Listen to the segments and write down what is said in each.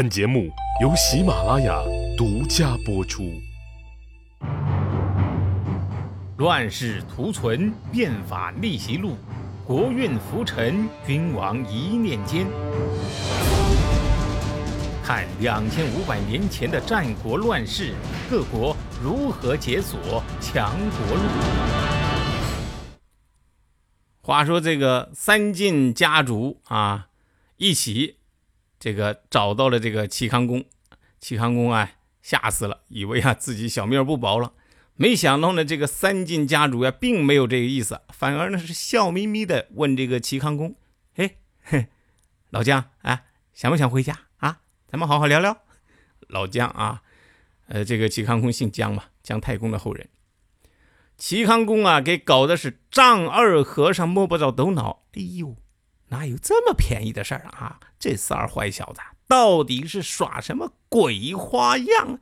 本节目由喜马拉雅独家播出。 乱世图存，变法逆袭录，国运浮沉，君王一念间。看2500年前的战国乱世，各国如何解锁强国路。话说这个三晋家族啊，一起这个找到了这个齐康公。齐康公啊，吓死了，以为啊自己小命不保了。没想到呢，这个三晋家主呀，并没有这个意思，反而呢是笑眯眯的问这个齐康公：“老姜啊，想不想回家啊？咱们好好聊聊。”老姜啊，这个齐康公姓姜嘛，姜太公的后人。齐康公啊，给搞的是丈二和尚摸不着头脑。哎呦，哪有这么便宜的事儿啊？这仨坏小子到底是耍什么鬼花样啊？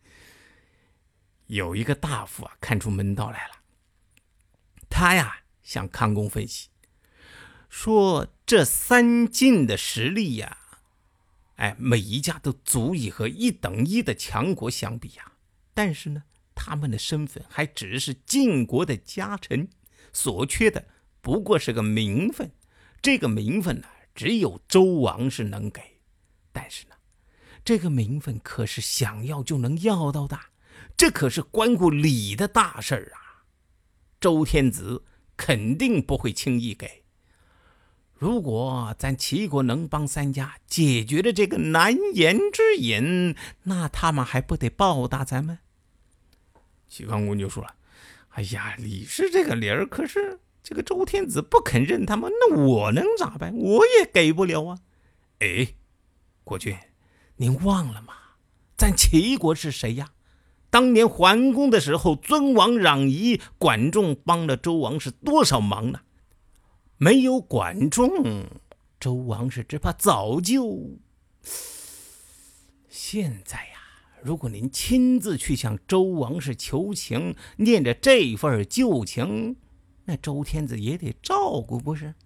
有一个大夫啊，看出门道来了。他呀向康公分析说，这三晋的实力呀，每一家都足以和一等一的强国相比呀。但是呢，他们的身份还只是晋国的家臣，所缺的不过是个名分。这个名分呢，只有周王是能给。但是呢，这个名分可是想要就能要到的。这可是关乎礼的大事儿啊，周天子肯定不会轻易给。如果咱齐国能帮三家解决了这个难言之隐，那他们还不得报答咱们？齐康公就说了：“哎呀，理是这个理儿，可是这个周天子不肯认他们，那我能咋办？我也给不了啊。”国君，您忘了吗？咱齐国是谁呀？当年桓公的时候，尊王攘夷，管仲帮了周王是多少忙呢？没有管仲，周王室只怕早就……现在呀，如果您亲自去向周王室求情，念着这份旧情，那周天子也得照顾，不是？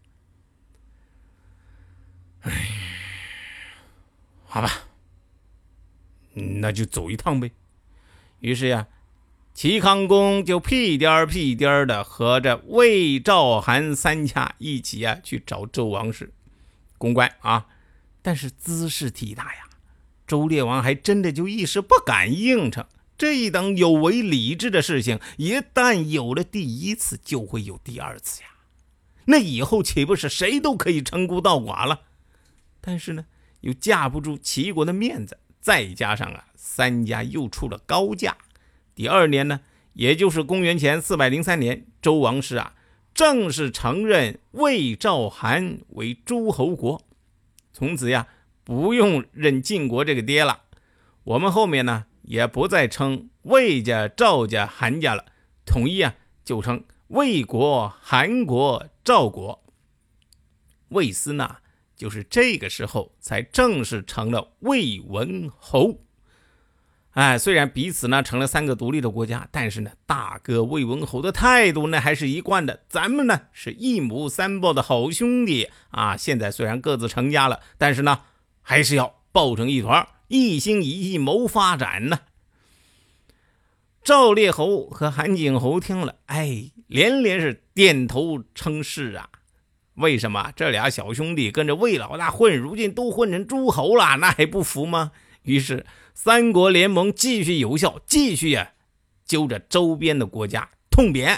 好吧，那就走一趟呗。于是呀，齐康公就屁颠儿屁颠儿的和着魏、赵、韩三家一起啊去找周王室公关啊。但是姿势体大呀，周烈王还真的就一时不敢应承。这一等有违礼制的事情，一旦有了第一次，就会有第二次呀。那以后岂不是谁都可以称孤道寡了？但是呢，又架不住齐国的面子，再加上啊，三家又出了高价。第二年呢，也就是公元前403年，周王室啊正式承认魏、赵、韩为诸侯国，从此呀不用认晋国这个爹了。我们后面呢也不再称魏家、赵家、韩家了，统一啊就称魏国、韩国、赵国。魏斯呢，就是这个时候才正式成了魏文侯。虽然彼此呢成了三个独立的国家，但是呢，大哥魏文侯的态度呢还是一贯的。咱们呢是一母三抱的好兄弟啊！现在虽然各自成家了，但是呢，还是要抱成一团，一心一意谋发展呢。赵烈侯和韩景侯听了，连连是点头称是啊。为什么这俩小兄弟跟着魏老大混，如今都混成诸侯了，那还不服吗？于是三国联盟继续有效，继续揪着周边的国家痛扁。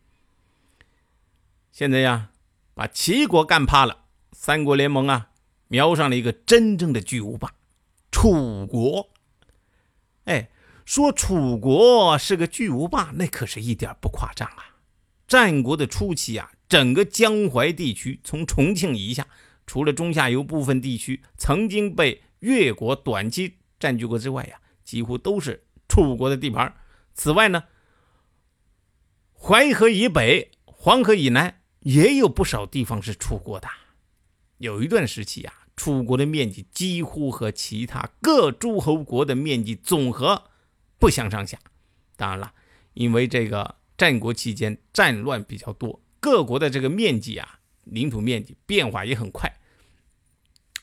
现在呀，把齐国干怕了，三国联盟啊瞄上了一个真正的巨无霸——楚国。说楚国是个巨无霸，那可是一点不夸张啊。战国的初期啊，整个江淮地区从重庆以下，除了中下游部分地区曾经被越国短期占据过之外呀，几乎都是楚国的地盘。此外呢，淮河以北、黄河以南也有不少地方是楚国的。有一段时期啊，楚国的面积几乎和其他各诸侯国的面积总和不相上下。当然了，因为这个战国期间战乱比较多，各国的这个面积啊，领土面积变化也很快。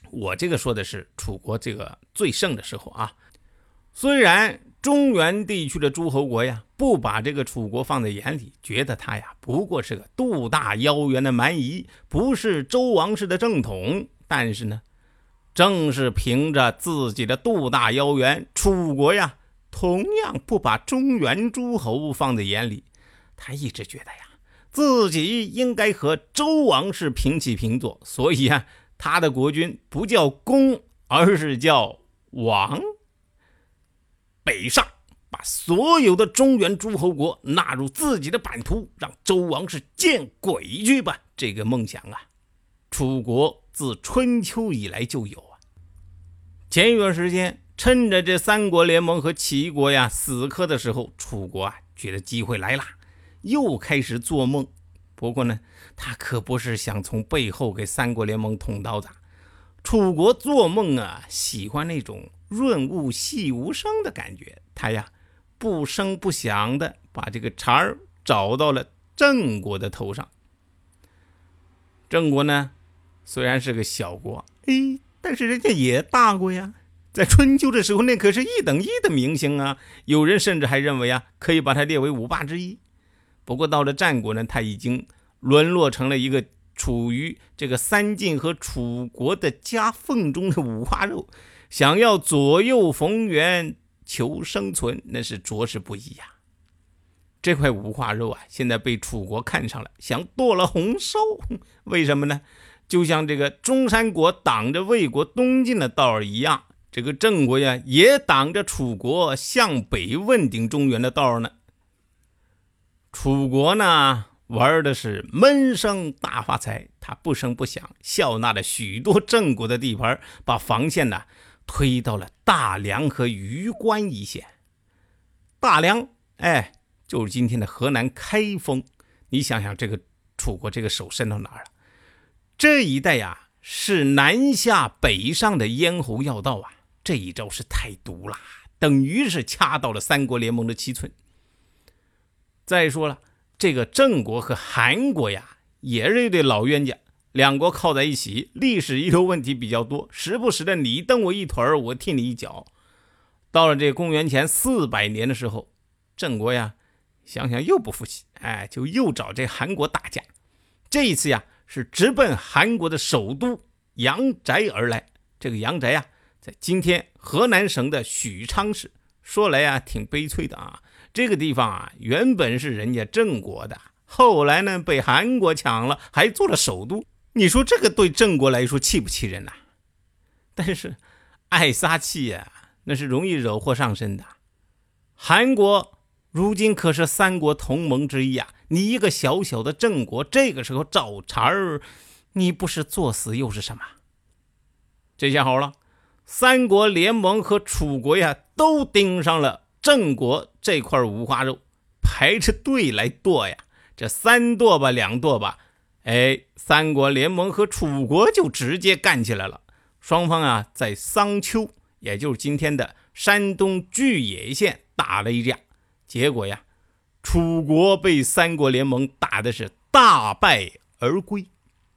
我这个说的是楚国这个最盛的时候啊。虽然中原地区的诸侯国呀不把这个楚国放在眼里，觉得他呀不过是个肚大腰圆的蛮夷，不是周王室的正统，但是呢，正是凭着自己的肚大腰圆，楚国呀同样不把中原诸侯放在眼里。他一直觉得呀自己应该和周王室平起平坐，所以啊他的国君不叫公，而是叫王。北上，把所有的中原诸侯国纳入自己的版图，让周王室见鬼去吧！这个梦想啊，楚国自春秋以来就有啊。前一段时间，趁着这三国联盟和齐国呀死磕的时候，楚国啊觉得机会来了，又开始做梦。不过呢，他可不是想从背后给三国联盟捅刀子。楚国做梦啊，喜欢那种润物细无声的感觉。他呀，不声不响的把这个茬儿找到了郑国的头上。郑国呢，虽然是个小国，但是人家也大国呀。在春秋的时候，那可是一等一的明星啊。有人甚至还认为啊，可以把它列为五霸之一。不过到了战国呢，他已经沦落成了一个处于这个三晋和楚国的夹缝中的五花肉，想要左右逢源求生存，那是着实不易呀。这块五花肉啊，现在被楚国看上了，想剁了红烧。为什么呢？就像这个中山国挡着魏国东进的道儿一样，这个郑国呀也挡着楚国向北问鼎中原的道儿呢。楚国呢玩的是闷声大发财，他不声不响笑纳了许多郑国的地盘，把防线呢推到了大梁和榆关一线。大梁就是今天的河南开封。你想想，这个楚国这个手伸到哪儿了？这一带呀是南下北上的咽喉要道啊，这一招是太毒了，等于是掐到了三国联盟的七寸。再说了，这个郑国和韩国呀也是一对老冤家，两国靠在一起，历史遗留问题比较多，时不时的你蹬我一腿儿，我踢你一脚。到了这公元前400年的时候，郑国呀想想又不服气，就又找这韩国打架。这一次呀是直奔韩国的首都阳翟而来。这个阳翟呀在今天河南省的许昌市，说来呀挺悲催的啊。这个地方啊原本是人家郑国的，后来呢被韩国抢了，还做了首都。你说这个对郑国来说气不气人呐？但是爱撒气呀，那是容易惹祸上身的。韩国如今可是三国同盟之一啊，你一个小小的郑国，这个时候找茬儿，你不是作死又是什么？这下好了，三国联盟和楚国呀都盯上了郑国这块五花肉，排着队来剁呀。这三剁吧两剁吧，三国联盟和楚国就直接干起来了。双方啊在桑丘，也就是今天的山东巨野县打了一架，结果呀楚国被三国联盟打的是大败而归。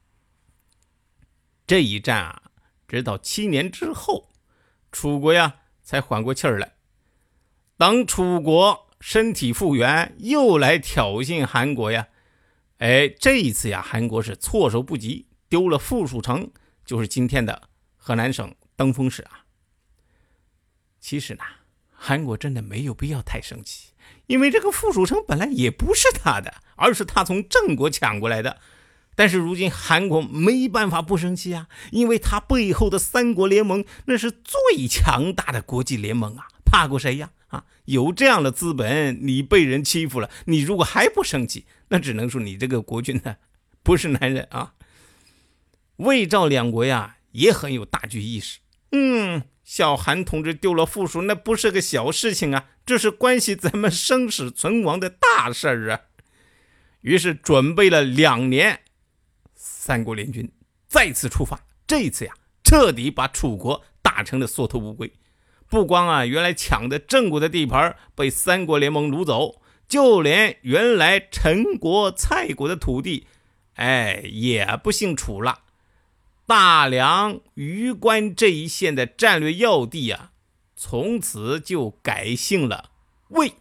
这一战啊直到7年之后，楚国呀才缓过气儿来。等楚国身体复原，又来挑衅韩国呀。这一次呀韩国是措手不及，丢了富庶城，就是今天的河南省登封市啊。其实呢韩国真的没有必要太生气，因为这个富庶城本来也不是他的，而是他从郑国抢过来的。但是如今韩国没办法不生气啊，因为他背后的三国联盟那是最强大的国际联盟啊，怕过谁呀？有这样的资本，你被人欺负了，你如果还不生气，那只能说你这个国君呢不是男人啊。魏赵两国呀也很有大局意识，小韩同志丢了富庶，那不是个小事情啊，这是关系咱们生死存亡的大事儿啊。于是准备了2年，三国联军再次出发，这一次呀彻底把楚国打成了缩头乌龟。不光啊原来抢的郑国的地盘被三国联盟掳走，就连原来陈国蔡国的土地也不姓楚了。 大梁、榆关这一线的战略要地啊，从此就改姓了魏。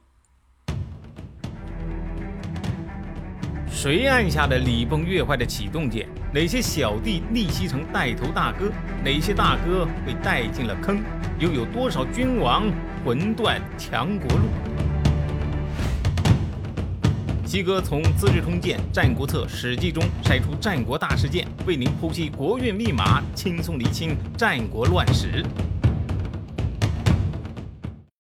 谁按下了礼崩乐坏的启动键？哪些小弟逆袭成带头大哥？哪些大哥被带进了坑？又有多少君王魂断强国路？西哥从《资治通鉴》《战国策》《史记》中筛出战国大事件，为您剖析国运密码，轻松理清战国乱史。